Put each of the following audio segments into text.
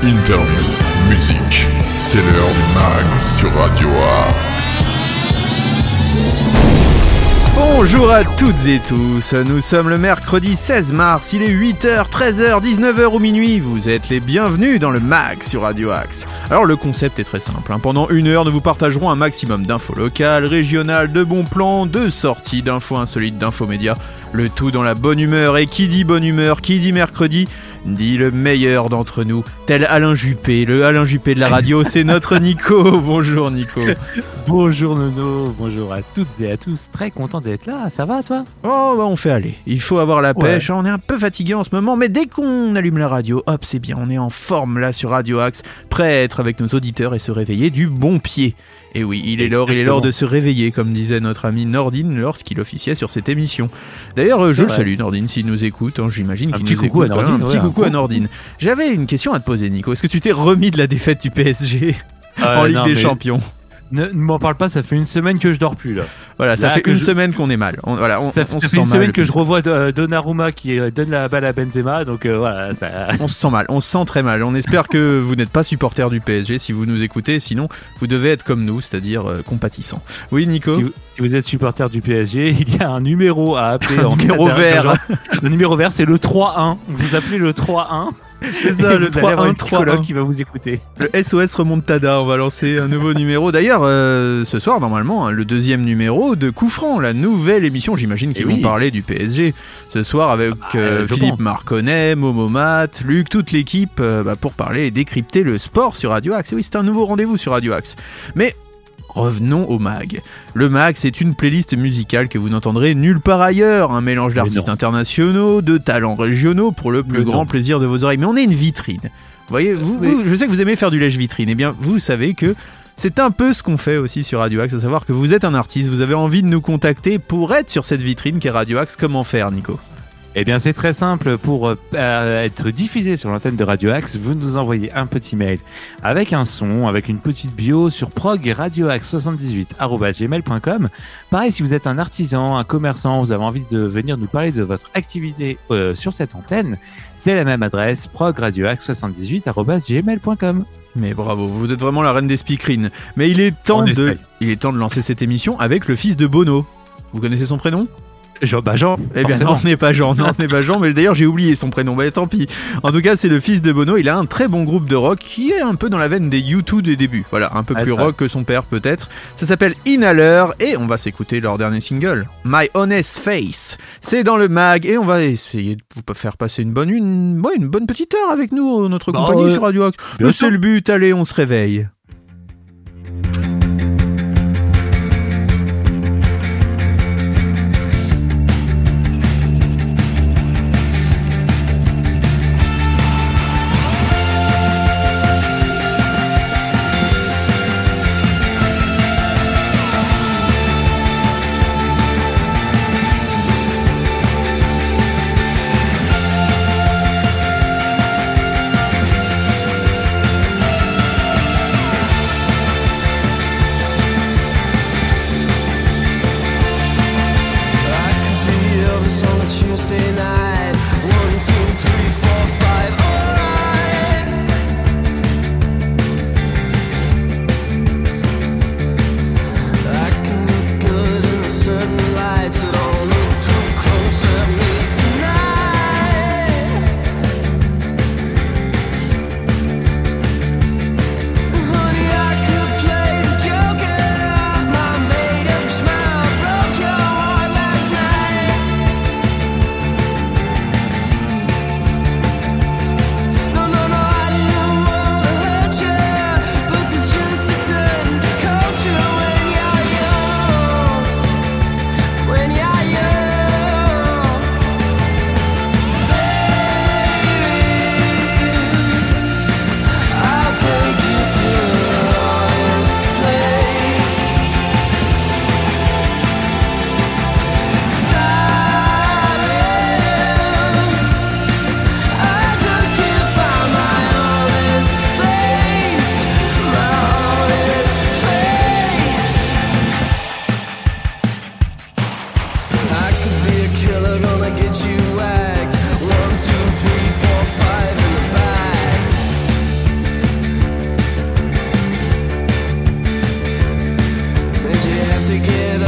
interview, musique, c'est l'heure du mag sur Radio Axe. Bonjour à toutes et tous, nous sommes le mercredi 16 mars, il est 8h, 13h, 19h ou minuit, vous êtes les bienvenus dans le MAG sur Radio Axe. Alors le concept est très simple, pendant une heure nous vous partagerons un maximum d'infos locales, régionales, de bons plans, de sorties, d'infos insolites, d'infos médias, le tout dans la bonne humeur, et qui dit bonne humeur, qui dit mercredi, dit le meilleur d'entre nous, tel Alain Juppé, le Alain Juppé de la radio, c'est notre Nico. Bonjour Nico. Bonjour Nono, bonjour à toutes et à tous, très content d'être là, ça va toi ? Oh bah on fait aller, il faut avoir la pêche, on est un peu fatigué en ce moment, mais dès qu'on allume la radio, hop c'est bien, on est en forme là sur Radio Axe, prêt à être avec nos auditeurs et se réveiller du bon pied. Et oui, il est l'heure de se réveiller, comme disait notre ami Nordine lorsqu'il officiait sur cette émission. D'ailleurs, je le salue Nordine s'il nous écoute, j'imagine qu'il nous écoute. Un petit coucou à Nordine. J'avais une question à te poser Nico, est-ce que tu t'es remis de la défaite du PSG en Ligue des Champions ? Ne m'en parle pas, ça fait une semaine que je dors plus là. Voilà, ça fait une semaine qu'on est mal. Ça fait une semaine que je revois Donnarumma qui donne la balle à Benzema, donc voilà. Ça... On se sent mal, on se sent très mal. On espère que vous n'êtes pas supporter du PSG si vous nous écoutez, sinon vous devez être comme nous, c'est-à-dire compatissant. Oui Nico ? Si vous êtes supporter du PSG, il y a un numéro à appeler. Un numéro vert. Le numéro vert, c'est le 3-1. Vous appelez le 3-1. C'est ça, le 3-1 qui va vous écouter. Le SOS Remontada, on va lancer un nouveau numéro. D'ailleurs, ce soir, normalement, le deuxième numéro de Coup Franc, la nouvelle émission, j'imagine qu'ils vont parler du PSG. Ce soir, avec Philippe Marconnet, Momo Mat, Luc, toute l'équipe, pour parler et décrypter le sport sur Radio Axe. Et oui, c'est un nouveau rendez-vous sur Radio Axe. Mais... revenons au MAG. Le MAG, c'est une playlist musicale que vous n'entendrez nulle part ailleurs. Un mélange d'artistes internationaux, de talents régionaux pour le plus grand plaisir de vos oreilles. Mais on est une vitrine. Vous voyez, vous, je sais que vous aimez faire du lèche-vitrine. Eh bien, vous savez que c'est un peu ce qu'on fait aussi sur Radio Axe, à savoir que vous êtes un artiste, vous avez envie de nous contacter pour être sur cette vitrine qu'est Radio Axe. Comment faire, Nico ? Eh bien, c'est très simple. Pour être diffusé sur l'antenne de Radio Axe, vous nous envoyez un petit mail avec un son, avec une petite bio sur progradioaxe78@gmail.com. Pareil, si vous êtes un artisan, un commerçant, vous avez envie de venir nous parler de votre activité sur cette antenne, c'est la même adresse, progradioaxe78@gmail.com. Mais bravo, vous êtes vraiment la reine des speakerines. Mais il est temps de lancer cette émission avec le fils de Bono. Vous connaissez son prénom ? Jean. Eh bien non, ce n'est pas Jean. Mais d'ailleurs j'ai oublié son prénom. Tant pis. En tout cas, c'est le fils de Bono. Il a un très bon groupe de rock qui est un peu dans la veine des U2 des débuts. Voilà, un peu plus rock que son père peut-être. Ça s'appelle Inhaler et on va s'écouter leur dernier single, My Honest Face. C'est dans le MAG et on va essayer de vous faire passer une bonne petite heure avec nous, notre compagnie sur Radio Axe. C'est le but. Allez, on se réveille.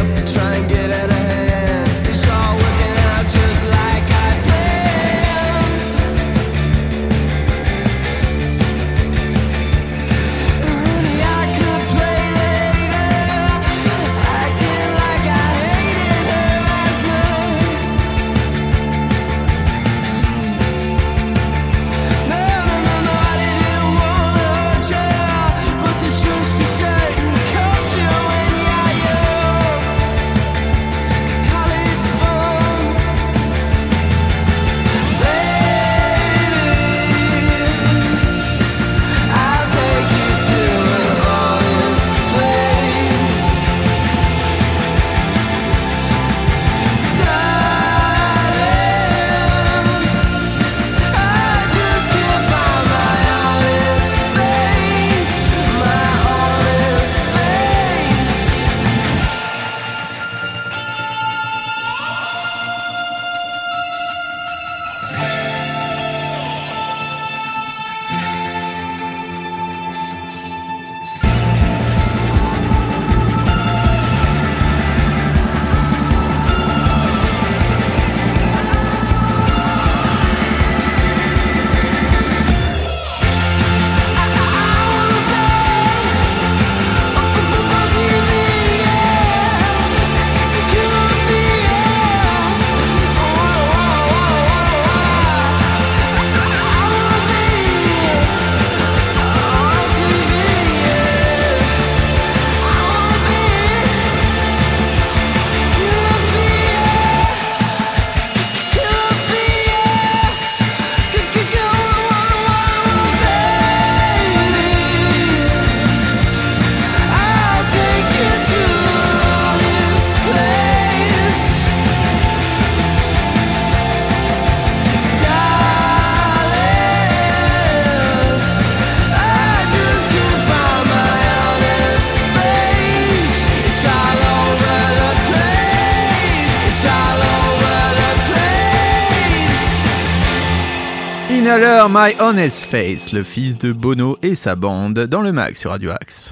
Inhaler, My Honest Face, le fils de Bono et sa bande, dans le mag sur Radio Axe.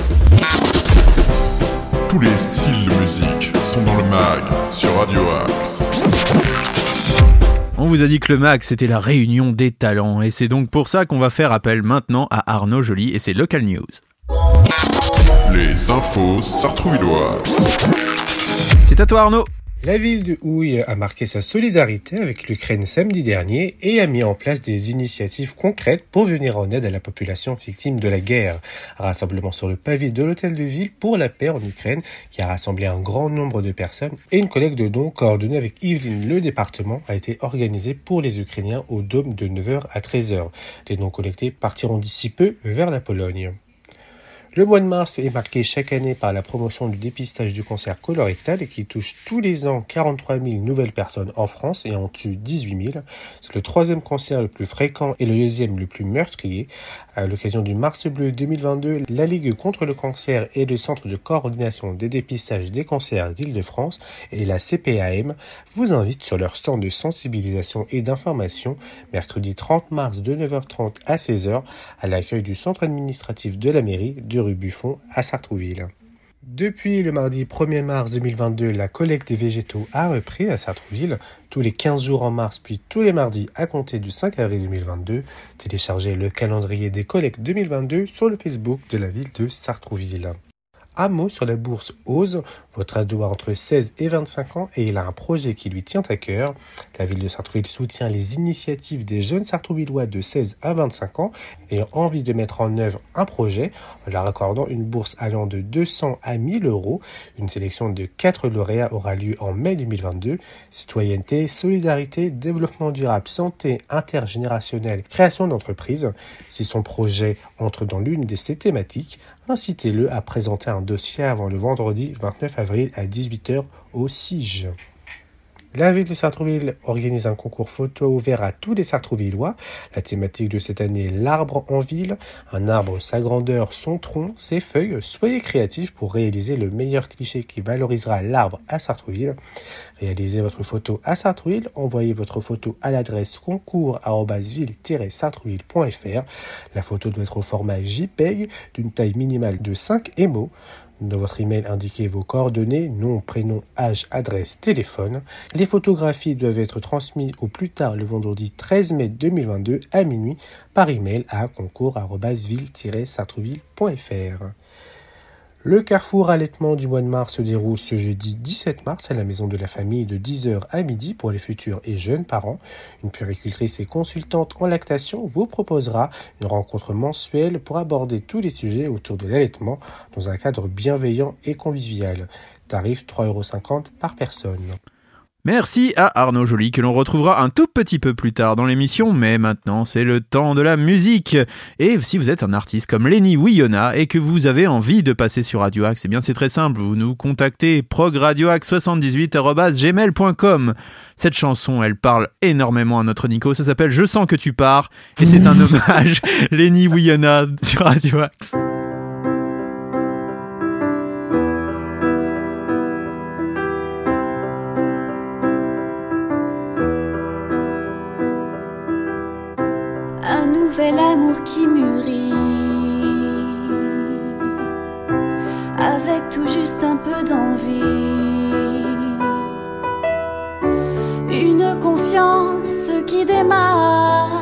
Tous les styles de musique sont dans le mag sur Radio Axe. On vous a dit que le mag c'était la réunion des talents et c'est donc pour ça qu'on va faire appel maintenant à Arnaud Joly et ses Local News. Les infos sartrouvilloises. C'est à toi Arnaud. La ville de Houille a marqué sa solidarité avec l'Ukraine samedi dernier et a mis en place des initiatives concrètes pour venir en aide à la population victime de la guerre. Un rassemblement sur le pavé de l'hôtel de ville pour la paix en Ukraine qui a rassemblé un grand nombre de personnes et une collecte de dons coordonnée avec Yvelines le département a été organisée pour les Ukrainiens au Dôme de 9h à 13h. Les dons collectés partiront d'ici peu vers la Pologne. Le mois de mars est marqué chaque année par la promotion du dépistage du cancer colorectal et qui touche tous les ans 43 000 nouvelles personnes en France et en tue 18 000. C'est le troisième cancer le plus fréquent et le deuxième le plus meurtrier. À l'occasion du Mars Bleu 2022, la Ligue contre le cancer et le Centre de coordination des dépistages des cancers d'Île-de-France et la CPAM vous invitent sur leur stand de sensibilisation et d'information mercredi 30 mars de 9h30 à 16h à l'accueil du centre administratif de la mairie de rue Buffon à Sartrouville. Depuis le mardi 1er mars 2022, la collecte des végétaux a repris à Sartrouville, tous les 15 jours en mars puis tous les mardis à compter du 5 avril 2022. Téléchargez le calendrier des collectes 2022 sur le Facebook de la ville de Sartrouville. Un mot sur la bourse OSE. Votre ado a entre 16 et 25 ans et il a un projet qui lui tient à cœur. La ville de Sartrouville soutient les initiatives des jeunes sartrouvillois de 16 à 25 ans ayant envie de mettre en œuvre un projet en leur accordant une bourse allant de 200 à 1000 euros. Une sélection de 4 lauréats aura lieu en mai 2022. Citoyenneté, solidarité, développement durable, santé, intergénérationnel, création d'entreprise. Si son projet entre dans l'une de ces thématiques, incitez-le à présenter un dossier avant le vendredi 29 avril à 18h au SIGE. La ville de Sartrouville organise un concours photo ouvert à tous les Sartrouvillois. La thématique de cette année est l'arbre en ville. Un arbre, sa grandeur, son tronc, ses feuilles. Soyez créatifs pour réaliser le meilleur cliché qui valorisera l'arbre à Sartrouville. Réalisez votre photo à Sartrouville. Envoyez votre photo à l'adresse concours@ville-sartrouville.fr. La photo doit être au format JPEG d'une taille minimale de 5 émaux. Dans votre email, indiquez vos coordonnées, nom, prénom, âge, adresse, téléphone. Les photographies doivent être transmises au plus tard le vendredi 13 mai 2022 à minuit par email à concours@ville-sartrouville.fr. Le carrefour allaitement du mois de mars se déroule ce jeudi 17 mars à la maison de la famille de 10h à midi pour les futurs et jeunes parents. Une puéricultrice et consultante en lactation vous proposera une rencontre mensuelle pour aborder tous les sujets autour de l'allaitement dans un cadre bienveillant et convivial. Tarif 3,50 € par personne. Merci à Arnaud Joly que l'on retrouvera un tout petit peu plus tard dans l'émission, mais maintenant c'est le temps de la musique. Et si vous êtes un artiste comme Lenny Wiyona et que vous avez envie de passer sur Radio Axe, eh bien c'est très simple, vous nous contactez progradioaxe78@gmail.com. Cette chanson, elle parle énormément à notre Nico, ça s'appelle Je sens que tu pars et c'est un hommage Lenny Wiyona sur Radio Axe. Un nouvel amour qui mûrit, avec tout juste un peu d'envie, une confiance qui démarre,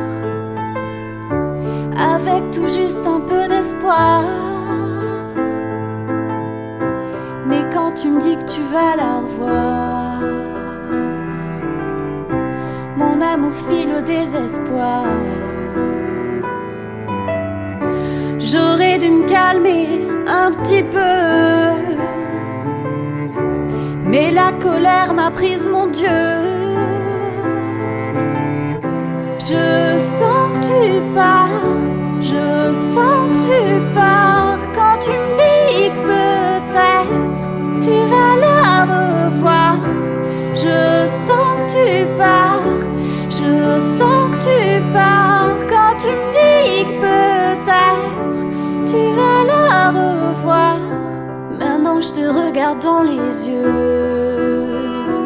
avec tout juste un peu d'espoir. Mais quand tu me dis que tu vas la revoir, mon amour file au désespoir. J'aurais dû me calmer un petit peu, mais la colère m'a prise, mon Dieu. Je sens que tu pars, je sens que tu pars. Quand tu me dis que peut-être tu vas la revoir, je sens que tu pars, je sens que tu pars. Quand tu me dis que peut-être tu vas la revoir, maintenant je te regarde dans les yeux,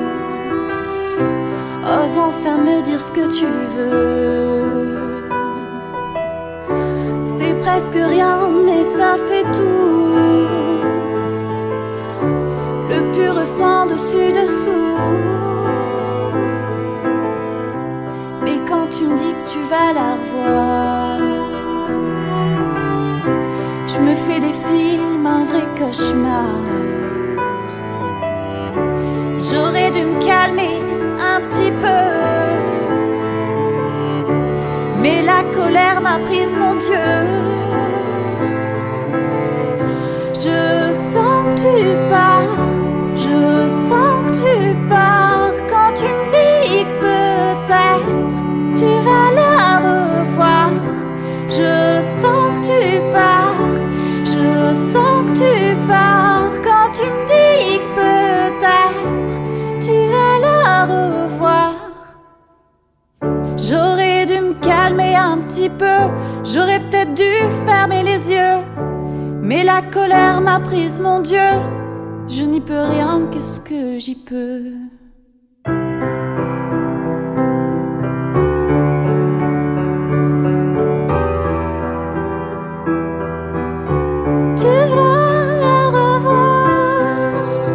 ose enfin me dire ce que tu veux. C'est presque rien mais ça fait tout, le pur sang dessus dessous. Mais quand tu me dis que tu vas la revoir, je me fais des films, un vrai cauchemar. J'aurais dû me calmer un petit peu, mais la colère m'a prise, mon Dieu. Je sens que tu pars, je sens que tu pars. Quand tu me dis que peut-être tu vas la revoir, je sens que tu pars, je sens que tu pars. Quand tu me dis que peut-être tu vas la revoir, j'aurais dû me calmer un petit peu, j'aurais peut-être dû fermer les yeux, mais la colère m'a prise, mon Dieu. Je n'y peux rien, qu'est-ce que j'y peux? Tu vas la revoir,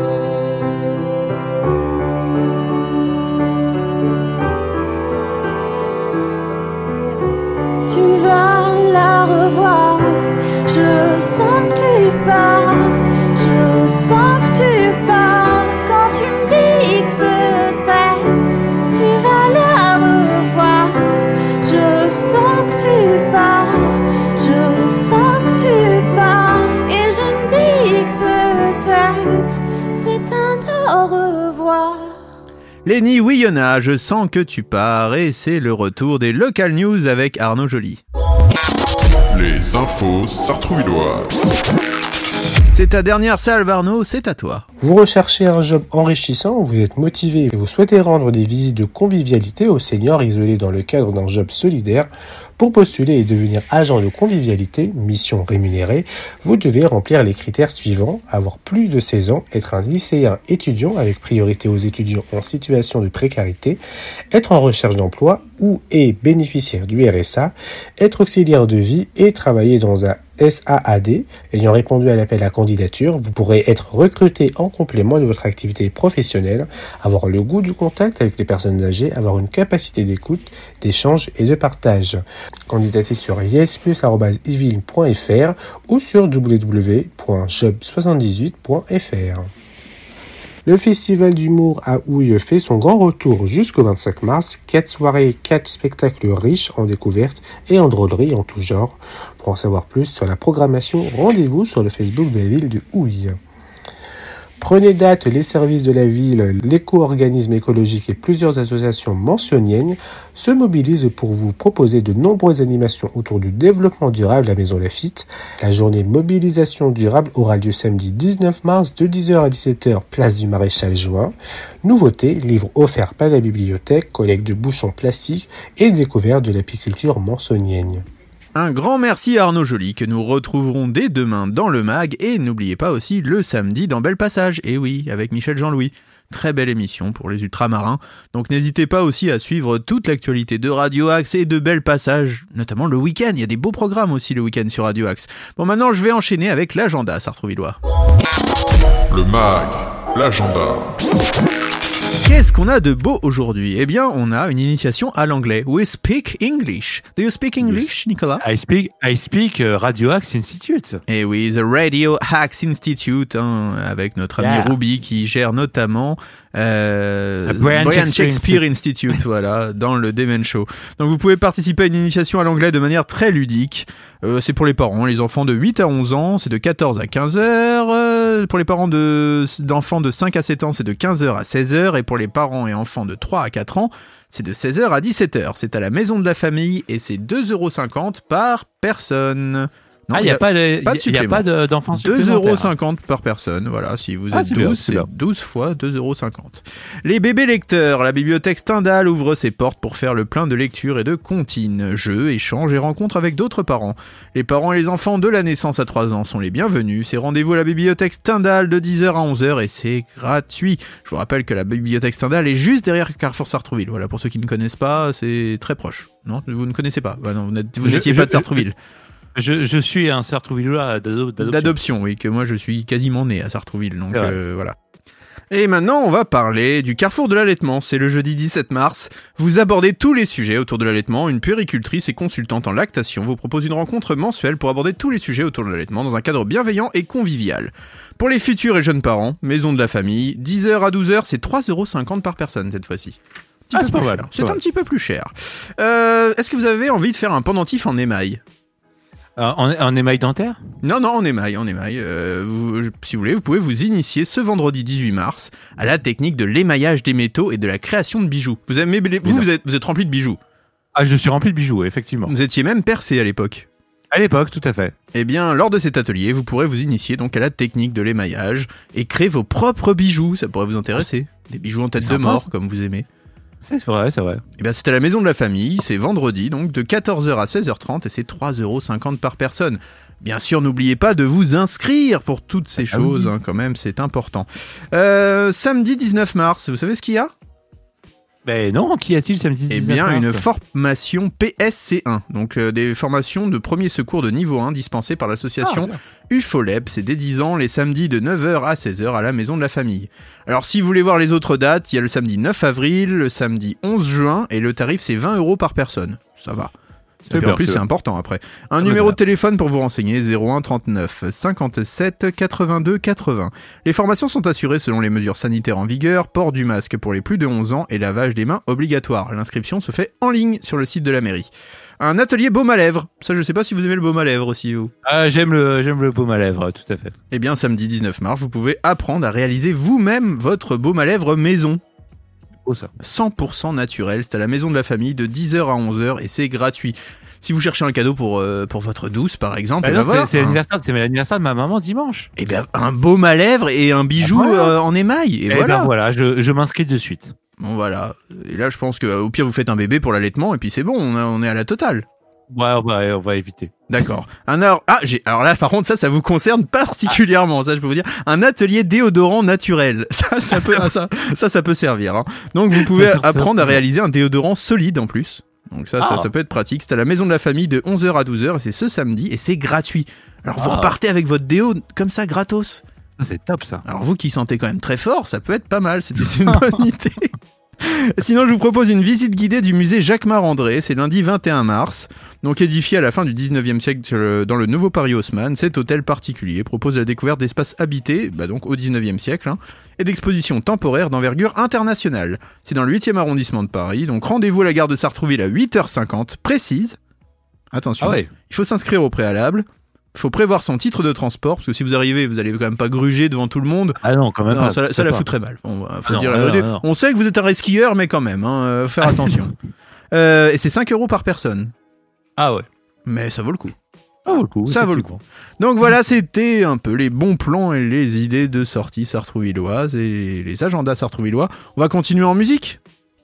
tu vas la revoir. Je sens que tu pars, je sens que tu pars. Quand tu me dis que peut-être tu vas la revoir, je sens que tu pars, je sens que tu pars. Et je me dis que peut-être c'est un au revoir. Lenny Wiyona, Je sens que tu pars, et c'est le retour des Local News avec Arnaud Joly. Les infos sartrouvilloises. C'est ta dernière salve, Arnaud, c'est à toi. Vous recherchez un job enrichissant, vous êtes motivé et vous souhaitez rendre des visites de convivialité aux seniors isolés dans le cadre d'un job solidaire. Pour postuler et devenir agent de convivialité, mission rémunérée, vous devez remplir les critères suivants: avoir plus de 16 ans, être un lycéen étudiant avec priorité aux étudiants en situation de précarité, être en recherche d'emploi ou et bénéficiaire du RSA, être auxiliaire de vie et travailler dans un SAAD. Ayant répondu à l'appel à candidature, vous pourrez être recruté en complément de votre activité professionnelle, avoir le goût du contact avec les personnes âgées, avoir une capacité d'écoute, d'échange et de partage. Candidatez sur yesplus@ivil.fr ou sur www.job78.fr. Le festival d'humour à Houille fait son grand retour jusqu'au 25 mars. 4 soirées, 4 spectacles riches en découvertes et en drôleries en tout genre. Pour en savoir plus sur la programmation, rendez-vous sur le Facebook de la ville de Houille. Prenez date, les services de la ville, l'éco-organisme écologique et plusieurs associations mentionniennes se mobilisent pour vous proposer de nombreuses animations autour du développement durable à Maison Laffitte. La journée mobilisation durable aura lieu samedi 19 mars de 10h à 17h, place du Maréchal Juin. Nouveautés, livres offerts par la bibliothèque, collecte de bouchons plastiques et découverte de l'apiculture mansonienne. Un grand merci à Arnaud Joly que nous retrouverons dès demain dans le mag et n'oubliez pas aussi le samedi dans Bel Passage, et oui, avec Michel Jean-Louis. Très belle émission pour les ultramarins, donc n'hésitez pas aussi à suivre toute l'actualité de Radio Axe et de Bel Passage, notamment le week-end, il y a des beaux programmes aussi le week-end sur Radio Axe. Bon, maintenant je vais enchaîner avec l'agenda sartrouvillois. Le mag, l'agenda. Qu'est-ce qu'on a de beau aujourd'hui ? Eh bien, on a une initiation à l'anglais. We speak English. Do you speak English, Nicolas ? I speak Radio Axe Institute. Eh oui, the Radio Axe Institute, avec notre ami Ruby qui gère notamment Brian Shakespeare Institute, voilà, dans le Demen Show. Donc vous pouvez participer à une initiation à l'anglais de manière très ludique. C'est pour les parents, les enfants de 8 à 11 ans, c'est de 14 à 15 heures. Pour les parents d'enfants de 5 à 7 ans, c'est de 15 heures à 16 heures. Et pour les parents et enfants de 3 à 4 ans, c'est de 16 heures à 17 heures. C'est à la maison de la famille et c'est 2,50€ par personne. Non, il n'y a pas d'enfants supplémentaires. 2,50€ par personne, voilà, si vous êtes 12, c'est 12 fois 2,50€. Les bébés lecteurs, la bibliothèque Stendhal ouvre ses portes pour faire le plein de lecture et de comptines, jeux, échanges et rencontres avec d'autres parents. Les parents et les enfants de la naissance à 3 ans sont les bienvenus. C'est rendez-vous à la bibliothèque Stendhal de 10h à 11h et c'est gratuit. Je vous rappelle que la bibliothèque Stendhal est juste derrière Carrefour Sartrouville. Voilà, pour ceux qui ne connaissent pas, c'est très proche. Non, vous ne connaissez pas. Bah non, vous n'étiez pas de Sartrouville. Je suis un Sartrouvillois d'adoption, oui, que moi je suis quasiment né à Sartrouville, donc voilà. Et maintenant, on va parler du Carrefour de l'allaitement. C'est le jeudi 17 mars. Vous abordez tous les sujets autour de l'allaitement. Une puéricultrice et consultante en lactation vous propose une rencontre mensuelle pour aborder tous les sujets autour de l'allaitement dans un cadre bienveillant et convivial. Pour les futurs et jeunes parents, maison de la famille, 10h à 12h, c'est 3,50€ par personne cette fois-ci. C'est un petit peu plus cher. Est-ce que vous avez envie de faire un pendentif en émail ? En émail dentaire ? Non, en émail. Si vous voulez, vous pouvez vous initier ce vendredi 18 mars à la technique de l'émaillage des métaux et de la création de bijoux. Vous êtes rempli de bijoux. Ah, je suis rempli de bijoux, effectivement. Vous étiez même percé à l'époque. À l'époque, tout à fait. Eh bien, lors de cet atelier, vous pourrez vous initier donc à la technique de l'émaillage et créer vos propres bijoux. Ça pourrait vous intéresser. Des bijoux en tête de mort, comme vous aimez. C'est vrai. Eh bien, c'est à la maison de la famille, c'est vendredi, donc de 14h à 16h30, et c'est 3,50€ par personne. Bien sûr, n'oubliez pas de vous inscrire pour toutes ces choses, quand même, c'est important. Samedi 19 mars, vous savez ce qu'il y a ? Ben non, qu'y a-t-il samedi 19 mars ? Eh bien, une formation PSC1, donc des formations de premier secours de niveau 1 dispensées par l'association UFOLEB. C'est dès 10 ans, les samedis de 9h à 16h à la maison de la famille. Alors, si vous voulez voir les autres dates, il y a le samedi 9 avril, le samedi 11 juin, et le tarif, c'est 20€ par personne. Ça va. En plus, c'est important après. Un numéro de téléphone pour vous renseigner, 01 39 57 82 80. Les formations sont assurées selon les mesures sanitaires en vigueur, port du masque pour les plus de 11 ans et lavage des mains obligatoire. L'inscription se fait en ligne sur le site de la mairie. Un atelier baume à lèvres. Ça, je sais pas si vous aimez le baume à lèvres aussi, vous. Ah, j'aime le baume à lèvres, tout à fait. Eh bien, samedi 19 mars, vous pouvez apprendre à réaliser vous-même votre baume à lèvres maison. Oh, ça. 100% naturel, c'est à la maison de la famille de 10h à 11h et c'est gratuit. Si vous cherchez un cadeau pour votre douce, par exemple, c'est l'anniversaire de ma maman dimanche. Et bien, un baume à lèvres et un bijou en émail. Et voilà. Je m'inscris de suite. Bon, voilà. Et là, je pense qu'au pire, vous faites un bébé pour l'allaitement et puis c'est bon, on est à la totale. Ouais, on va éviter. D'accord. Alors là, par contre, ça vous concerne particulièrement. Ça, je peux vous dire, un atelier déodorant naturel. Ça peut servir. Hein. Donc, vous pouvez apprendre à réaliser un déodorant solide en plus. Donc ça peut être pratique. C'est à la maison de la famille de 11h à 12h et c'est ce samedi et c'est gratuit. Alors vous repartez avec votre déo comme ça, gratos. C'est top ça. Alors vous qui sentez quand même très fort, ça peut être pas mal, c'est une bonne idée. Sinon, je vous propose une visite guidée du musée Jacquemart-André. C'est lundi 21 mars. Donc édifié à la fin du 19e siècle dans le nouveau Paris Haussmann, cet hôtel particulier propose la découverte d'espaces habités, donc au 19e siècle, et d'expositions temporaires d'envergure internationale. C'est dans le 8e arrondissement de Paris, donc rendez-vous à la gare de Sartrouville à 8h50 précise. Attention, il faut s'inscrire au préalable. Il faut prévoir son titre de transport, parce que si vous arrivez, vous allez quand même pas gruger devant tout le monde. Ah non, quand même pas. Ça la foutrait mal. Faut dire la vérité. On sait que vous êtes un resquilleur, mais quand même, faire attention. Et c'est 5 € par personne. Ah ouais. Mais ça vaut le coup. Ça vaut le coup. Donc voilà, c'était un peu les bons plans et les idées de sortie sartrouvilloise et les agendas sartrouvillois. On va continuer en musique.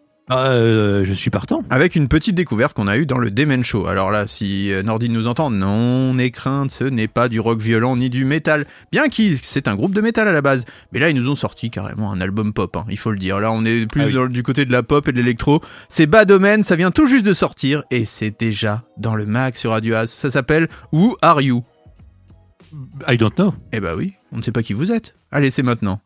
Je suis partant. Avec une petite découverte qu'on a eue dans le Demen Show. Alors là, si Nordine nous entend, non, n'aie crainte, ce n'est pas du rock violent ni du métal. Bien qu'il, c'est un groupe de métal à la base. Mais là, ils nous ont sorti carrément un album pop, il faut le dire. Là, on est plus du côté de la pop et de l'électro. C'est Bad Omen, ça vient tout juste de sortir et c'est déjà dans le mag sur Radio Az. Ça s'appelle Who Are You? I don't know. Eh bah oui, on ne sait pas qui vous êtes. Allez, c'est maintenant.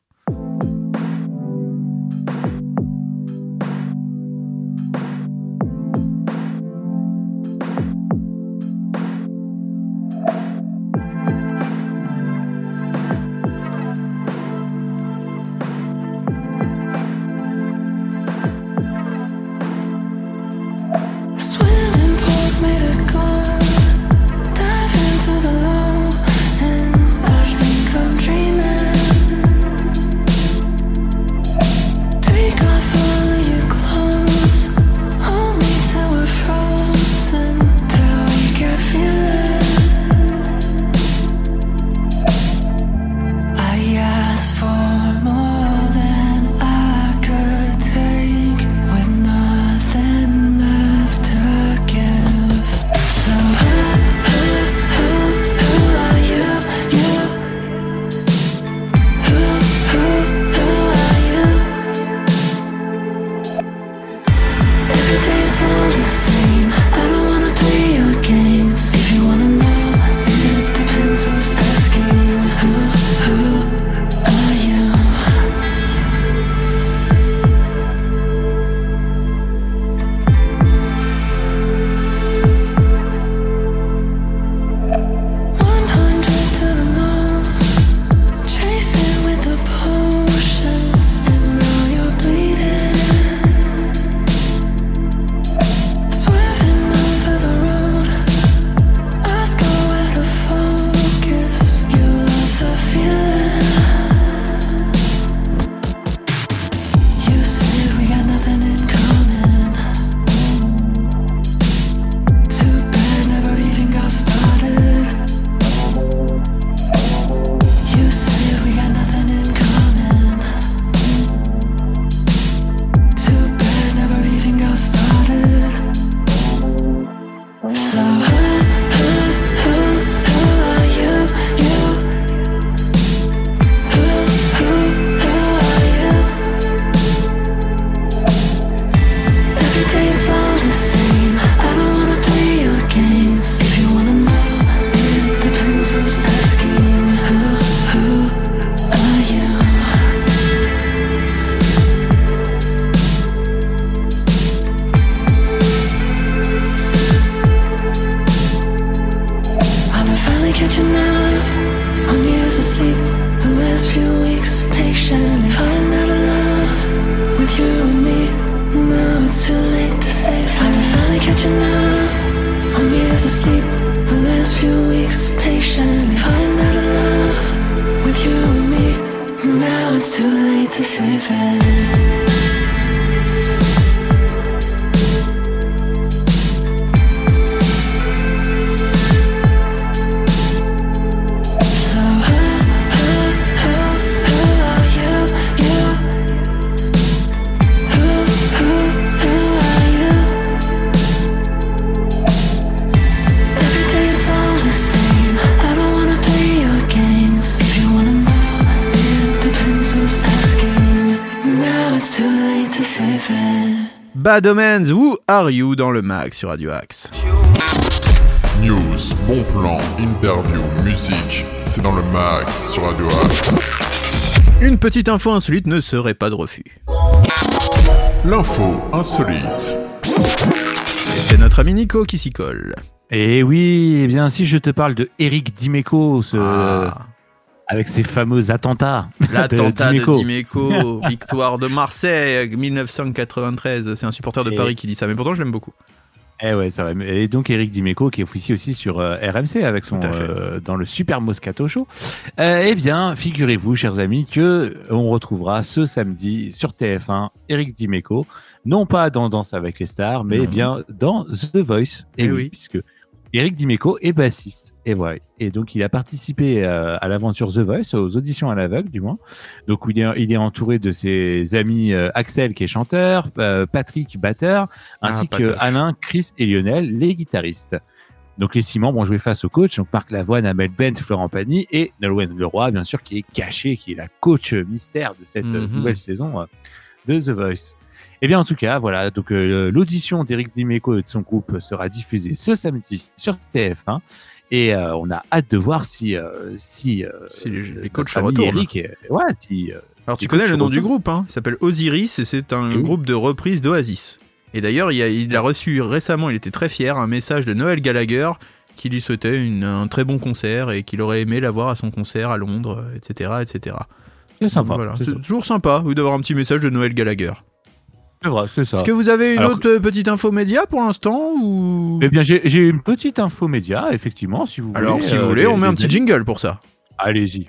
Bad Omens, Who Are You dans le mag sur Radio Axe. News, bons plans, interview, musique, c'est dans le mag sur Radio Axe. Une petite info insolite ne serait pas de refus. L'info insolite. Et c'est notre ami Nico qui s'y colle. Et oui, eh bien si je te parle de Éric Dimeco, avec ses fameux attentats. L'attentat de Dimeco, victoire de Marseille, 1993. C'est un supporter de Paris qui dit ça, mais pourtant je l'aime beaucoup. Eh ouais, ça va. Et donc Éric Dimeco qui officie aussi sur RMC avec son dans le Super Moscato Show. Eh bien, figurez-vous, chers amis, que on retrouvera ce samedi sur TF1 Éric Dimeco, non pas dans Danse avec les stars, mais bien dans The Voice. Et oui, puisque Éric Dimeco est bassiste. Et voilà. Et donc, il a participé à l'aventure The Voice, aux auditions à l'aveugle, du moins. Donc, il est entouré de ses amis Axel, qui est chanteur, Patrick, batteur, ainsi que Alain, Chris et Lionel, les guitaristes. Donc, les 6 membres ont joué face au coach, donc Marc Lavoine, Amel Bent, Florent Pagny et Nolwenn Leroy, bien sûr, qui est caché, qui est la coach mystère de cette nouvelle saison de The Voice. Eh bien, en tout cas, voilà. Donc, l'audition d'Éric Dimeco et de son groupe sera diffusée ce samedi sur TF1. Et on a hâte de voir si les coachs se retournent. Alors, tu connais le nom du groupe, hein. Il s'appelle Osiris et c'est un groupe de reprise d'Oasis. Et d'ailleurs, il a reçu récemment, il était très fier, un message de Noël Gallagher qui lui souhaitait un très bon concert et qu'il aurait aimé l'avoir à son concert à Londres, etc. etc. C'est sympa. Voilà. C'est toujours sympa d'avoir un petit message de Noël Gallagher. C'est vrai, c'est ça. Est-ce que vous avez une autre petite info média pour l'instant ou... Eh bien, j'ai une petite info média, effectivement, si vous voulez. Alors, si vous voulez, on met un petit jingle pour ça. Allez-y.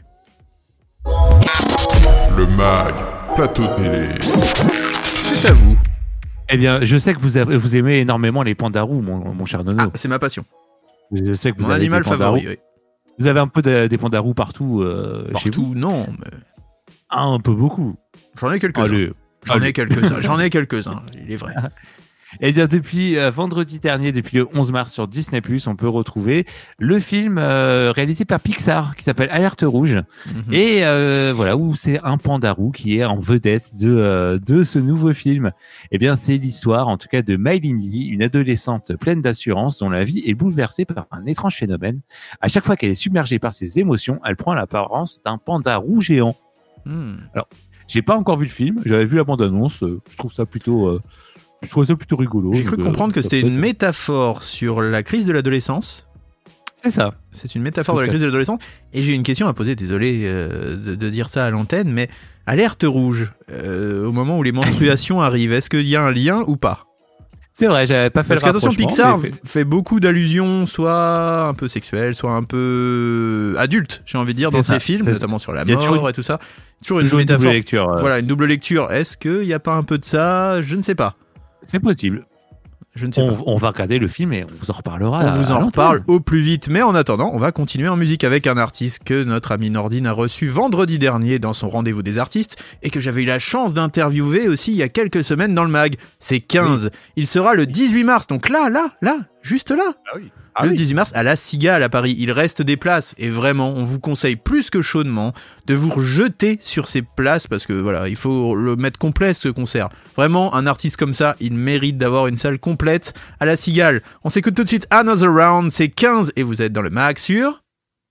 Le mag, plateau télé. C'est à vous. Eh bien, je sais que vous aimez énormément les pandarous, mon cher Nono. Ah, c'est ma passion. Je sais que vous mon avez animal des pandarous. favori, oui. Vous avez un peu des pandarous partout chez vous? Non, mais... Un peu beaucoup. J'en ai quelques-uns. J'en ai quelques-uns, il est vrai. Eh bien, depuis vendredi dernier, depuis le 11 mars sur Disney+, on peut retrouver le film réalisé par Pixar qui s'appelle Alerte Rouge. Et voilà, où c'est un pandarou qui est en vedette de ce nouveau film. Eh bien, c'est l'histoire, en tout cas, de Mai Lindy, une adolescente pleine d'assurance dont la vie est bouleversée par un étrange phénomène. À chaque fois qu'elle est submergée par ses émotions, elle prend l'apparence d'un pandarou géant. Alors, j'ai pas encore vu le film, j'avais vu la bande-annonce, je trouve ça plutôt rigolo. J'ai cru comprendre que c'était une métaphore sur la crise de l'adolescence. C'est ça. C'est une métaphore de la crise de l'adolescence. Et j'ai une question à poser, désolé de dire ça à l'antenne, mais alerte rouge, au moment où les menstruations arrivent, est-ce qu'il y a un lien ou pas ? C'est vrai, j'avais pas fait le rapprochement. Parce qu'attention, Pixar fait beaucoup d'allusions, soit un peu sexuelles, soit un peu adultes, j'ai envie de dire, dans ses films, notamment sur la mort et tout ça. Toujours une métaphore. Double lecture. Voilà, une double lecture. Est-ce qu'il n'y a pas un peu de ça ? Je ne sais pas. C'est possible. Je ne sais pas. On va regarder le film et on vous en reparlera. On vous en reparle au plus vite. Mais en attendant, on va continuer en musique avec un artiste que notre ami Nordine a reçu vendredi dernier dans son rendez-vous des artistes et que j'avais eu la chance d'interviewer aussi il y a quelques semaines dans le mag. C'est 15. Oui. Il sera le 18 mars. Donc là, juste là. Ah oui. Le 18 mars à la Cigale à Paris. Il reste des places et vraiment, on vous conseille plus que chaudement de vous jeter sur ces places parce que voilà, il faut le mettre complet ce concert. Vraiment, un artiste comme ça, il mérite d'avoir une salle complète à la Cigale. On s'écoute tout de suite Another Round, c'est 15 et vous êtes dans le mag sur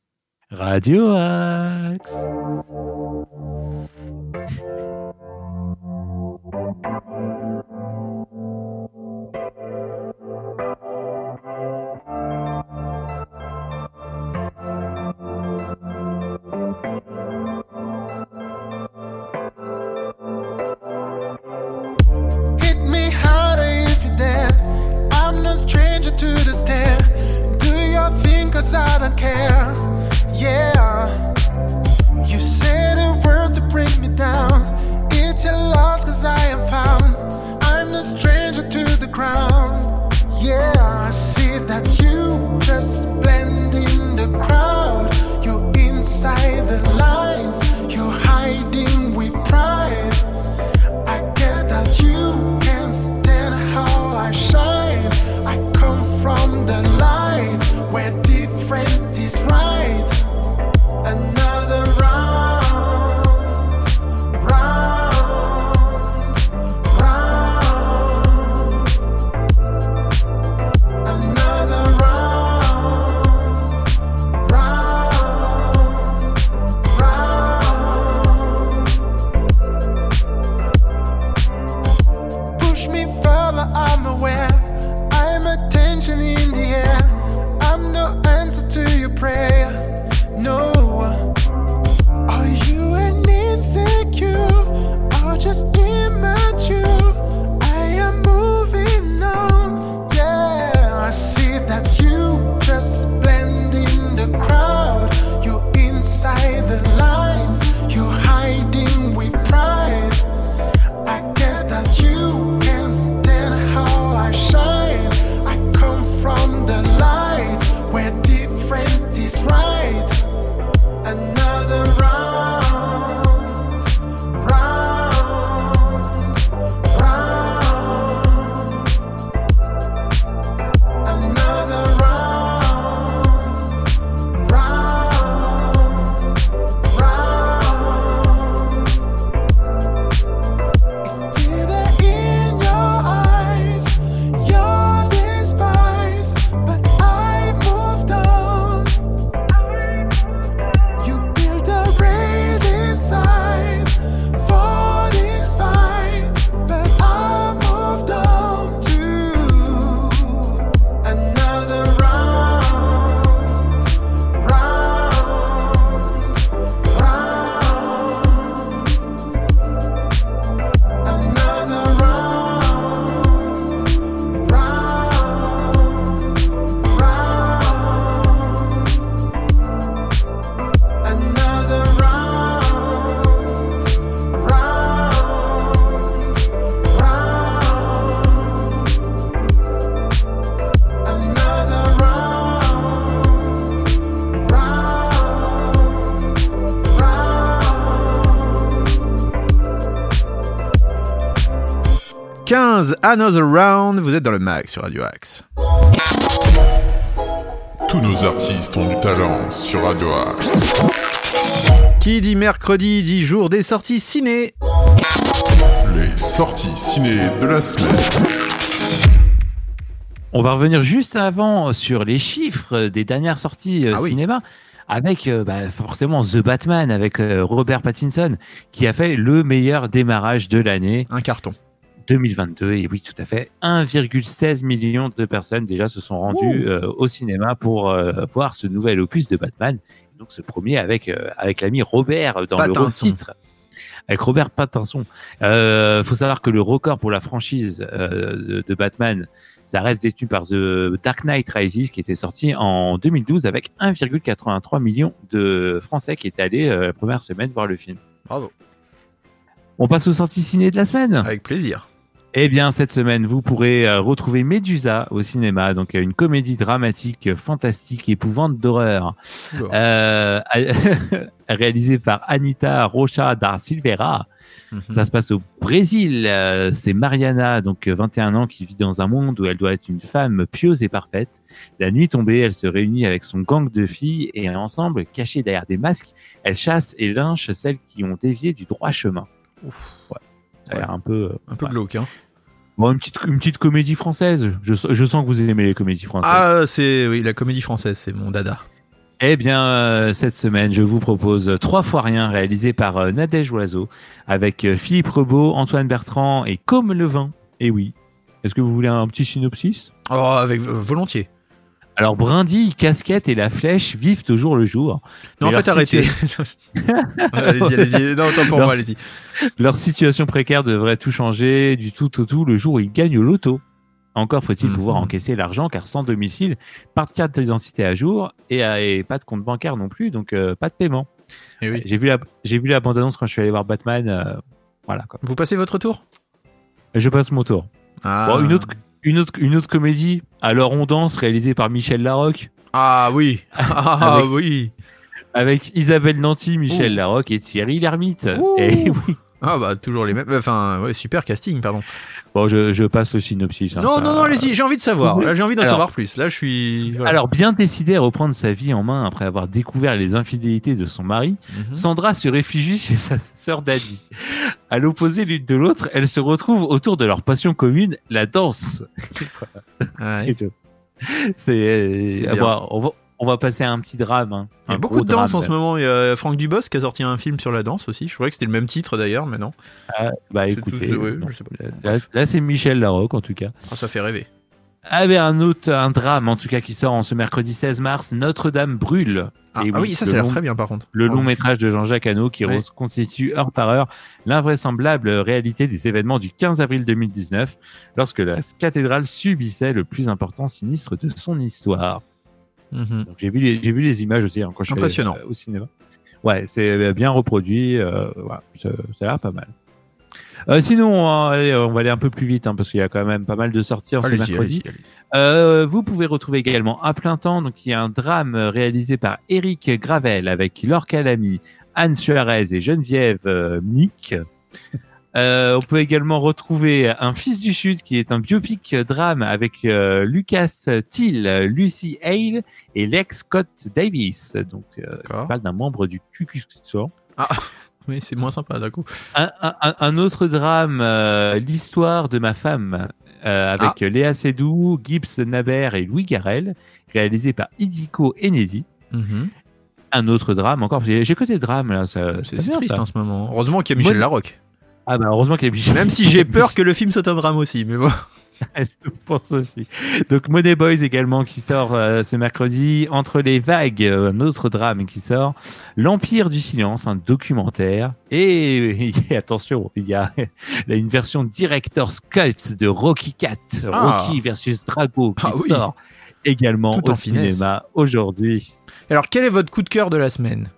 Radio Axe. Stranger to the stare. Do your thing cause I don't care. Yeah. You say the words to bring me down. It's your loss cause I am found. I'm the stranger to the ground. Yeah, I see that you just blend in the crowd. You're inside the lines. You're hiding with pride. I guess that you can't stand how I shine. I come from the light where different is right. 15, Another Round, vous êtes dans le mag sur Radio Axe. Tous nos artistes ont du talent sur Radio Axe. Qui dit mercredi dit jour des sorties ciné. Les sorties ciné de la semaine. On va revenir juste avant sur les chiffres des dernières sorties cinéma. Avec forcément The Batman, avec Robert Pattinson, qui a fait le meilleur démarrage de l'année. Un carton. 2022, et oui, tout à fait. 1,16 million de personnes déjà se sont rendues au cinéma pour voir ce nouvel opus de Batman. Donc ce premier avec l'ami Robert dans le rôle titre. Avec Robert Pattinson. Faut savoir que le record pour la franchise de Batman, ça reste détenu par The Dark Knight Rises, qui était sorti en 2012 avec 1,83 million de Français qui étaient allés la première semaine voir le film. Bravo. On passe aux sorties ciné de la semaine. Avec plaisir. Eh bien, cette semaine, vous pourrez retrouver Médusa au cinéma, donc une comédie dramatique, fantastique, épouvante d'horreur, réalisée par Anita Rocha da Silveira. Ça se passe au Brésil. C'est Mariana, donc 21 ans, qui vit dans un monde où elle doit être une femme pieuse et parfaite. La nuit tombée, elle se réunit avec son gang de filles et ensemble, cachées derrière des masques, elle chasse et lynche celles qui ont dévié du droit chemin. Ouf. Ouais. Ça a l'air un peu glauque, hein. Bon, une petite comédie française. Je sens que vous aimez les comédies françaises. Ah, oui, la comédie française, c'est mon dada. Eh bien, cette semaine, je vous propose 3 fois rien, réalisé par Nadège Oiseau, avec Philippe Rebaud, Antoine Bertrand et Comme le vin. Eh oui. Est-ce que vous voulez un petit synopsis ? Oh, avec volontiers. Alors, Brindille, Casquette et la Flèche vivent au jour le jour. Non, en fait, arrêtez. Allez-y. Non, autant pour moi, allez-y. Leur situation précaire devrait tout changer du tout au tout le jour où ils gagnent au loto. Encore faut-il pouvoir encaisser l'argent, car sans domicile, pas de carte d'identité à jour et pas de compte bancaire non plus, donc pas de paiement. Et oui. J'ai vu la bande-annonce quand je suis allé voir Batman. Voilà, quoi. Vous passez votre tour ? Je passe mon tour. Ah. Bon, une autre comédie, Alors on danse, réalisée par Michel Larocque. Ah oui. Oui. Avec Isabelle Nanty, Michel Larocque et Thierry Lhermitte. Et oui. Ah bah toujours les mêmes. Enfin, ouais, super casting, pardon. Bon, je passe le synopsis. Non, allez-y, j'ai envie de savoir. Là, j'ai envie d'en savoir plus. Là, je suis... Voilà. Alors, bien décidée à reprendre sa vie en main après avoir découvert les infidélités de son mari, Sandra se réfugie chez sa sœur Daddy. À l'opposé l'une de l'autre, elles se retrouvent autour de leur passion commune, la danse. Ouais. C'est on va passer à un petit drame. Hein. Il y a beaucoup de danse en ce moment. Il y a Franck Dubosc qui a sorti un film sur la danse aussi. Je croyais que c'était le même titre d'ailleurs, mais non. Écoutez, je sais pas. Là, c'est Michel Larocque en tout cas. Ah, ça fait rêver. Ah ben un drame en tout cas qui sort en ce mercredi 16 mars, Notre-Dame brûle. Oui, ça a l'air très bien par contre. Le long métrage de Jean-Jacques Hano qui reconstitue heure par heure l'invraisemblable réalité des événements du 15 avril 2019 lorsque la cathédrale subissait le plus important sinistre de son histoire. Donc, j'ai vu les images aussi quand je suis allé au cinéma. Ouais, c'est bien reproduit. Voilà, ça a l'air pas mal. Sinon, on va aller un peu plus vite parce qu'il y a quand même pas mal de sorties en ce mercredi. Allez. Vous pouvez retrouver également À plein temps, donc il y a un drame réalisé par Éric Gravel avec Laure Calamy, Anne Suarez et Geneviève Nick. On peut également retrouver Un fils du Sud qui est un biopic drame avec Lucas Till, Lucy Hale et Lex Scott Davis. Donc, on parle d'un membre du Ku Klux Klan. Ah, oui, c'est moins sympa d'un coup. Un autre drame, L'histoire de ma femme, avec Léa Seydoux, Gibbs Nabert et Louis Garrel, réalisé par Idiko Enedi. Un autre drame, encore, j'ai que des drames là. C'est triste en ce moment. Heureusement qu'il y a Michel Larocque. Ah bah heureusement qu'il y a Michel. Même si j'ai peur que le film soit un drame aussi, mais bon. Je pense aussi. Donc Money Boys également qui sort ce mercredi. Entre les vagues, un autre drame qui sort. L'Empire du silence, un documentaire. Et attention, il y a une version Director's Cut de Rocky IV, Rocky versus Drago qui sort également au cinéma aujourd'hui. Alors quel est votre coup de cœur de la semaine ?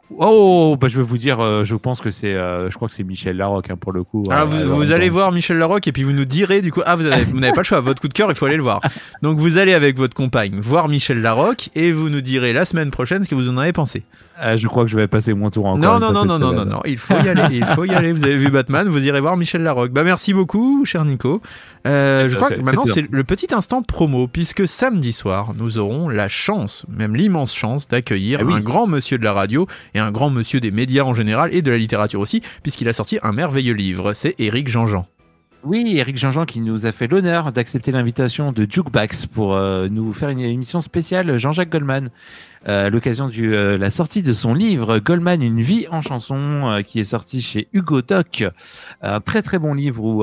Oh, bah je vais vous dire, je pense que je crois que c'est Michel Larocque pour le coup. Vous allez voir Michel Larocque et puis vous nous direz du coup, vous n'avez pas le choix, votre coup de cœur, il faut aller le voir. Donc vous allez avec votre compagne voir Michel Larocque et vous nous direz la semaine prochaine ce que vous en avez pensé. Je crois que je vais passer mon tour encore. Non, il faut y aller, Vous avez vu Batman, vous irez voir Michel Larocque. Bah merci beaucoup, cher Nico. Je crois que maintenant c'est le petit instant promo, puisque samedi soir, nous aurons la chance, même l'immense chance, d'accueillir un grand monsieur de la radio et un grand monsieur des médias en général et de la littérature aussi, puisqu'il a sorti un merveilleux livre. C'est Éric Jean-Jean. Oui, Éric Jean-Jean qui nous a fait l'honneur d'accepter l'invitation de Jukebox pour nous faire une émission spéciale Jean-Jacques Goldman. À l'occasion de la sortie de son livre Goldman, une vie en chanson, qui est sorti chez Hugo Doc. Un très très bon livre où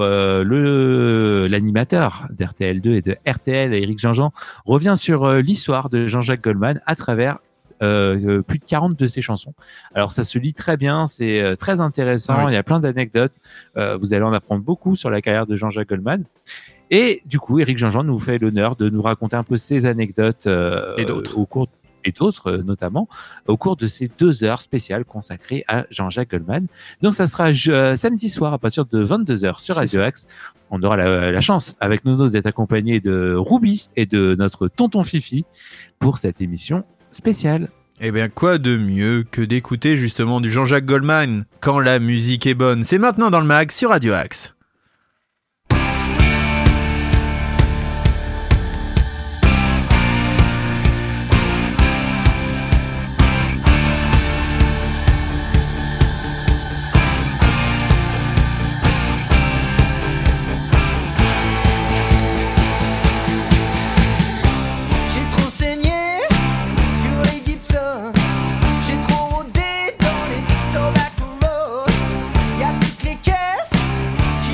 l'animateur d'RTL2 et de RTL, Éric Jean-Jean, revient sur l'histoire de Jean-Jacques Goldman à travers plus de 40 de ses chansons. Alors ça se lit très bien, c'est très intéressant, il y a plein d'anecdotes, vous allez en apprendre beaucoup sur la carrière de Jean-Jacques Goldman. Et du coup, Éric Jean-Jean nous fait l'honneur de nous raconter un peu ses anecdotes et d'autres notamment au cours de ces 2 heures spéciales consacrées à Jean-Jacques Goldman. Donc ça sera samedi soir à partir de 22h sur Radio Axe. On aura la chance avec Nono d'être accompagné de Ruby et de notre tonton Fifi pour cette émission spéciale. Eh bien, quoi de mieux que d'écouter justement du Jean-Jacques Goldman quand la musique est bonne. C'est maintenant dans le mag sur Radio Axe. J'ai trop rodé dans les tobacco road. Y'a plus que les caisses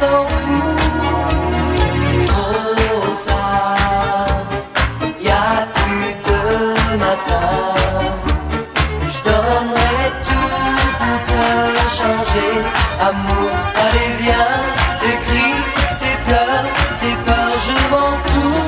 s'en fout. Trop tard, y'a plus de matin. Je donnerais tout pour te changer. Amour, allez viens, tes cris, tes pleurs, tes peurs, je m'en fous.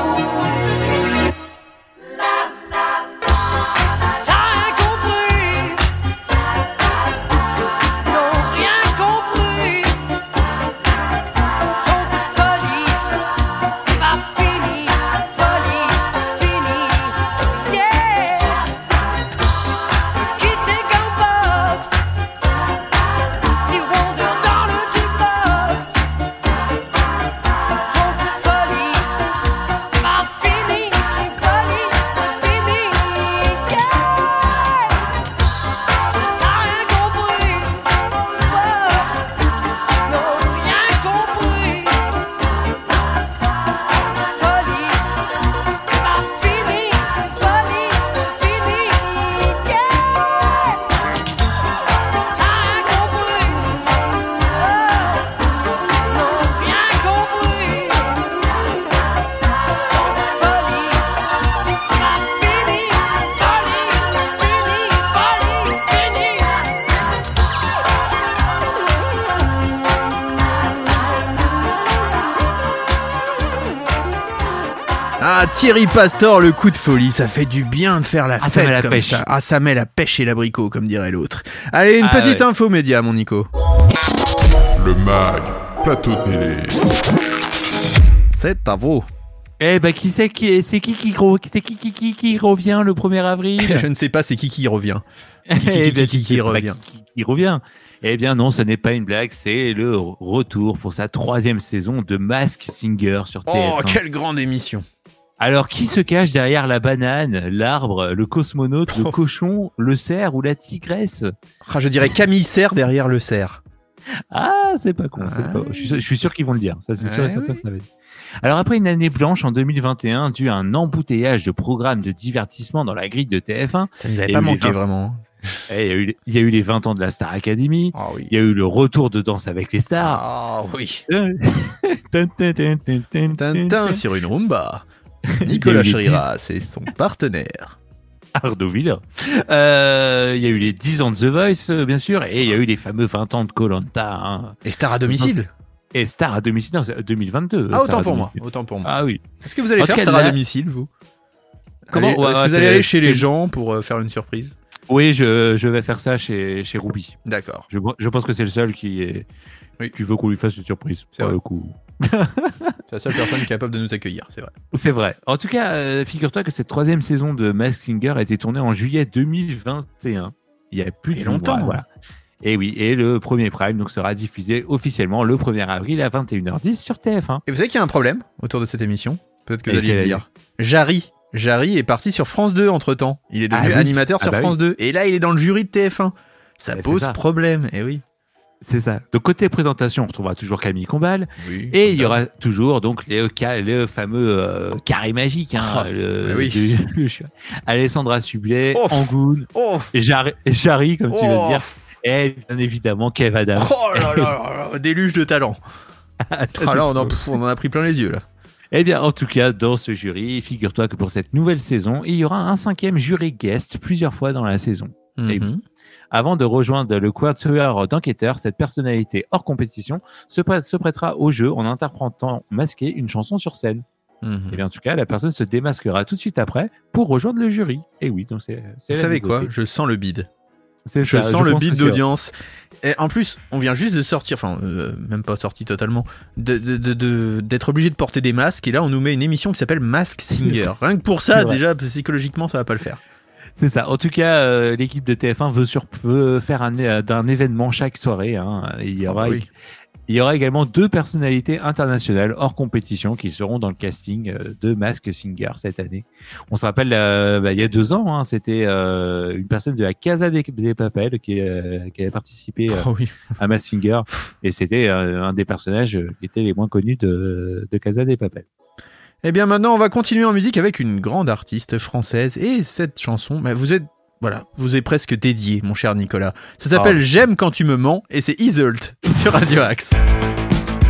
Ah, Thierry Pastor, le coup de folie, ça fait du bien de faire la fête comme ça. Ah, ça met la pêche et l'abricot, comme dirait l'autre. Allez, une petite info média, mon Nico. Le MAG, plateau télé. C'est à vous. Eh ben, c'est qui revient le 1er avril? Je ne sais pas, c'est qui revient. Qui revient. Eh bien non, ce n'est pas une blague, c'est le retour pour sa 3e saison de Masked Singer sur TF1. Oh, quelle grande émission. Alors, qui se cache derrière la banane, l'arbre, le cosmonaute, le cochon, le cerf ou la tigresse? Je dirais Camille Cerf derrière le cerf. Ah, c'est pas con. Je suis sûr qu'ils vont le dire. Ça, c'est sûr et certain que ça va être. Alors, après une année blanche en 2021, dû à un embouteillage de programmes de divertissement dans la grille de TF1. Ça nous avait pas manqué, vraiment. Il y a eu les 20 ans de la Star Academy. Oh, oui. Il y a eu le retour de Danse avec les stars. Ah oui. Tintin sur une rumba. Nicolas Cheriras et son partenaire. Arnaud Villard. Il y a eu les 10 ans de The Voice, bien sûr, et il y a eu les fameux 20 ans de Koh-Lanta. Hein. Et Star à domicile. Et Star à domicile, non, c'est 2022. Ah, autant pour moi. Ah oui. Est-ce que vous allez faire Star à domicile, vous? Comment? Est-ce que vous allez aller chez les gens pour faire une surprise? Oui, je vais faire ça chez Ruby. D'accord. Je pense que c'est le seul qui veut qu'on lui fasse une surprise. C'est vrai. Le coup. C'est la seule personne capable de nous accueillir, c'est vrai. C'est vrai. En tout cas, figure-toi que cette 3e saison de Masked Singer a été tournée en juillet 2021. Il y a plus de longtemps. Mois, voilà. Et oui, et le premier prime donc sera diffusé officiellement le 1er avril à 21h10 sur TF1. Et vous savez qu'il y a un problème autour de cette émission? Peut-être que vous allez le dire. Jarry est parti sur France 2 entre-temps. Il est devenu animateur sur France 2. Et là, il est dans le jury de TF1. Ça pose problème, et oui. C'est ça. Donc, côté présentation, on retrouvera toujours Camille Combal. Oui, et il y aura toujours donc le fameux carré magique. Hein, Alessandra Sublet, Angoul, et Jarry, comme tu veux dire. Et bien évidemment, Kev Adams. Oh là là, déluge de talent. Là, on en a pris plein les yeux, là. Eh bien, en tout cas, dans ce jury, figure-toi que pour cette nouvelle saison, il y aura un 5e jury guest plusieurs fois dans la saison. Et avant de rejoindre le quatuor d'enquêteurs, cette personnalité hors compétition se prêtera au jeu en interprétant masqué une chanson sur scène. Et bien, en tout cas, la personne se démasquera tout de suite après pour rejoindre le jury. Et oui, donc c'est vous savez quoi? Je sens le bide. Je sens le bide d'audience. Et en plus, on vient juste de sortir, même pas sorti totalement, d'être obligé de porter des masques. Et là, on nous met une émission qui s'appelle Masked Singer. Rien que pour ça, déjà, psychologiquement, ça va pas le faire. C'est ça. En tout cas, l'équipe de TF1 veut faire d'un événement chaque soirée. Hein. Il y aura également 2 personnalités internationales hors compétition qui seront dans le casting de Masked Singer cette année. On se rappelle, il y a 2 ans, hein, c'était une personne de la Casa de Papel qui avait participé à Masked Singer. Et c'était un des personnages qui étaient les moins connus de Casa de Papel. Eh bien maintenant, on va continuer en musique avec une grande artiste française. Et cette chanson, vous est presque dédiée, mon cher Nicolas. Ça s'appelle J'aime quand tu me mens et c'est Iseult sur Radio Axe.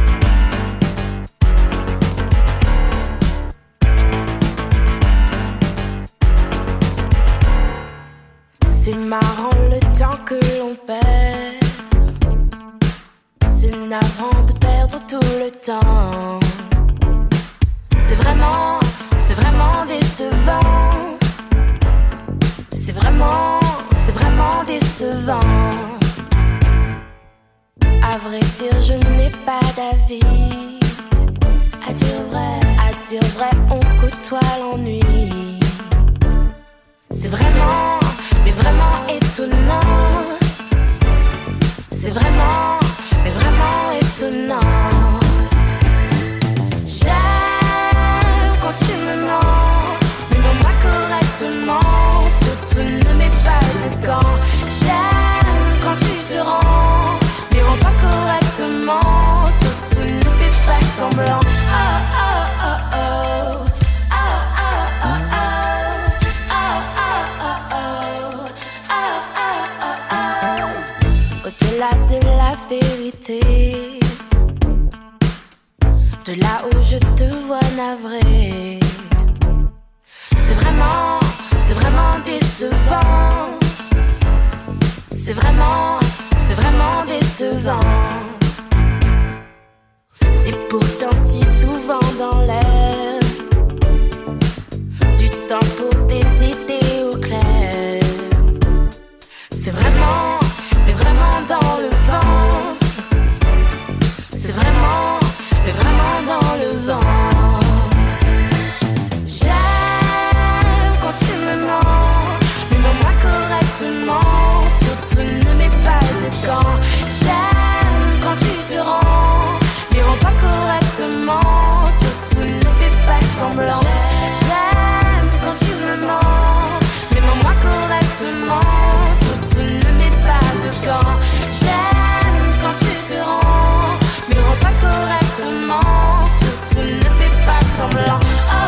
C'est marrant le temps que l'on perd. C'est navrant de perdre tout le temps. C'est vraiment décevant. C'est vraiment décevant. À vrai dire, je n'ai pas d'avis. À dire vrai, on côtoie l'ennui. C'est vraiment, mais vraiment étonnant. C'est vraiment, mais vraiment étonnant. J'aime quand tu me mens, mais mens-moi correctement. Surtout ne mets pas de gants. J'aime quand tu te rends, mais rends-toi correctement. Surtout ne fais pas semblant. Au-delà de la vérité, de là où je te vois navré, c'est vraiment décevant. C'est vraiment décevant. C'est pourtant si souvent dans l'air, du temps pour des idées au clair. C'est vraiment, mais vraiment dans le vent. C'est vraiment, mais vraiment dans le vent. J'aime quand tu me mens, mais mens-moi correctement. Surtout ne mets pas de gants. J'aime quand tu te rends, mais rends-toi correctement. Surtout ne fais pas semblant. J'aime quand tu me mens, mais mens-moi correctement. Surtout ne mets pas de gants. J'aime quand tu te rends, mais rends-toi correctement. Surtout ne fais pas semblant.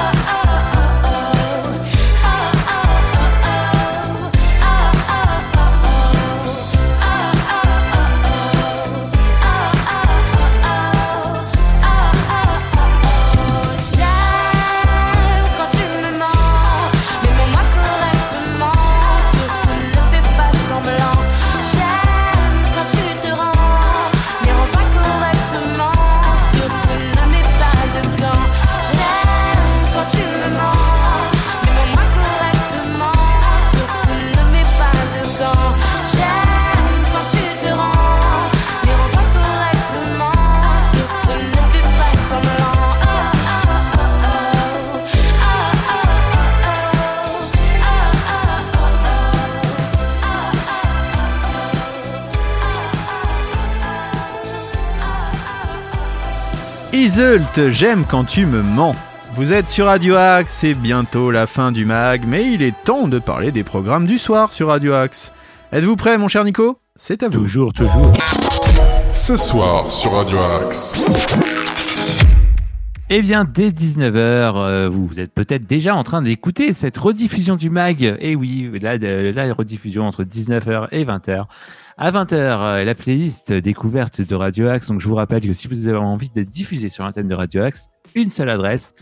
Iseult, j'aime quand tu me mens. Vous êtes sur Radio Axe, c'est bientôt la fin du mag, mais il est temps de parler des programmes du soir sur Radio Axe. Êtes-vous prêt, mon cher Nico ? C'est à vous. Toujours. Ce soir sur Radio Axe. Eh bien, dès 19h, vous êtes peut-être déjà en train d'écouter cette rediffusion du mag. Et oui, la rediffusion entre 19h et 20h. À 20h, la playlist découverte de Radio Axe. Donc, je vous rappelle que si vous avez envie d'être diffusé sur l'antenne de Radio Axe, une seule adresse,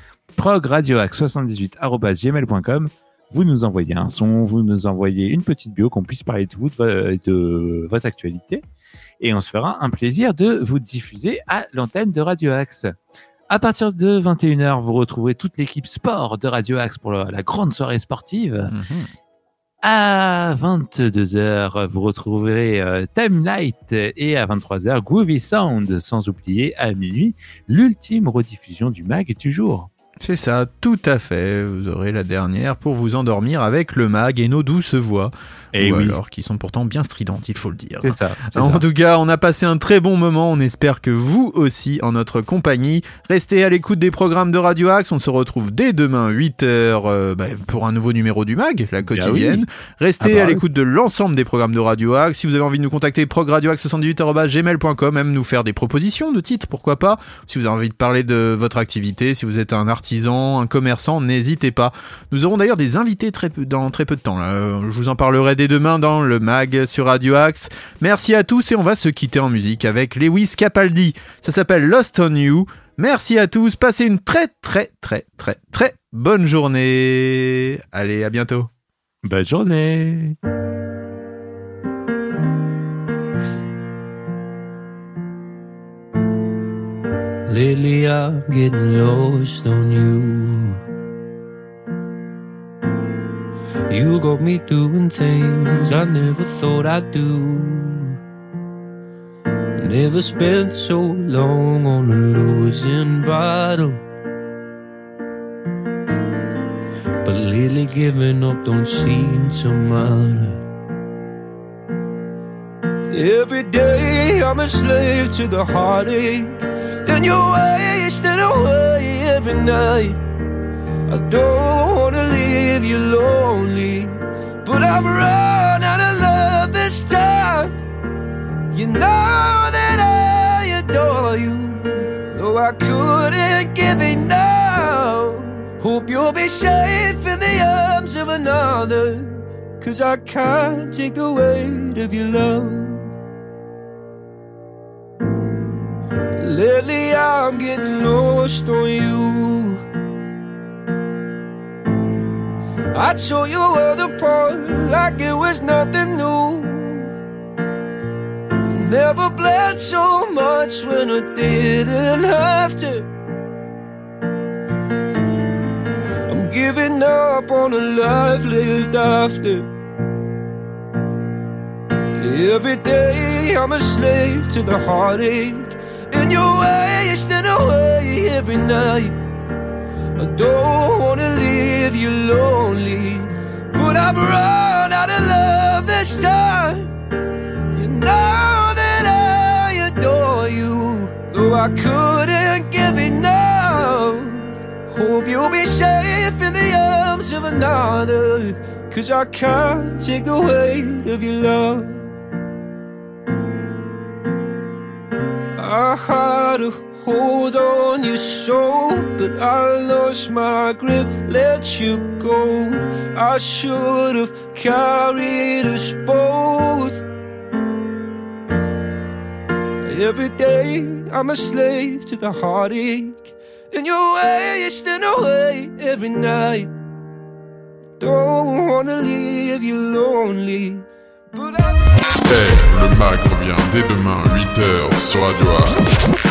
progradioaxe78@gmail.com. Vous nous envoyez un son, vous nous envoyez une petite bio, qu'on puisse parler de vous, de votre actualité. Et on se fera un plaisir de vous diffuser à l'antenne de Radio Axe. À partir de 21h, vous retrouverez toute l'équipe sport de Radio Axe pour la grande soirée sportive. À 22h, vous retrouverez Time Light et à 23h, Groovy Sound, sans oublier à minuit, l'ultime rediffusion du mag du jour. C'est ça, tout à fait. Vous aurez la dernière pour vous endormir avec le mag et nos douces voix. Et oui. Alors, qui sont pourtant bien stridentes, il faut le dire. C'est ça. En tout cas, on a passé un très bon moment. On espère que vous aussi, en notre compagnie. Restez à l'écoute des programmes de Radio Axe. On se retrouve dès demain, 8h, pour un nouveau numéro du mag, la quotidienne. Oui. Restez à l'écoute de l'ensemble des programmes de Radio Axe. Si vous avez envie de nous contacter, progradioaxe78@gmail.com, même nous faire des propositions de titres, pourquoi pas. Si vous avez envie de parler de votre activité, si vous êtes un artisan, un commerçant, n'hésitez pas. Nous aurons d'ailleurs des invités dans très peu de temps. Là. Je vous en parlerai dès demain dans le mag sur Radio Axe. Merci à tous et on va se quitter en musique avec Lewis Capaldi. Ça s'appelle Lost on You. Merci à tous. Passez une très bonne journée. Allez, à bientôt. Bonne journée. Lately I'm getting lost on you. You got me doing things I never thought I'd do. Never spent so long on a losing battle. But lately giving up don't seem to matter. Every day I'm a slave to the heartache, and you're wasting away every night. I don't wanna leave you lonely, but I've run out of love this time. You know that I adore you, though I couldn't give enough. Hope you'll be safe in the arms of another, 'cause I can't take the weight of your love. Lately I'm getting lost on you. I tore your world apart like it was nothing new. Never bled so much when I didn't have to. I'm giving up on a life lived after. Every day I'm a slave to the heartache, and you're wasting away every night. I don't wanna leave you lonely, but I've run out of love this time. You know that I adore you, though I couldn't give enough. Hope you'll be safe in the arms of another, 'cause I can't take the weight of your love. I had to hold on your soul, but I lost my grip, let you go. I should have carried us both. Every day I'm a slave to the heartache, and you're wasting away every night. Don't wanna leave you lonely, but Hey, le mag revient dès demain 8h sur Radio Axe.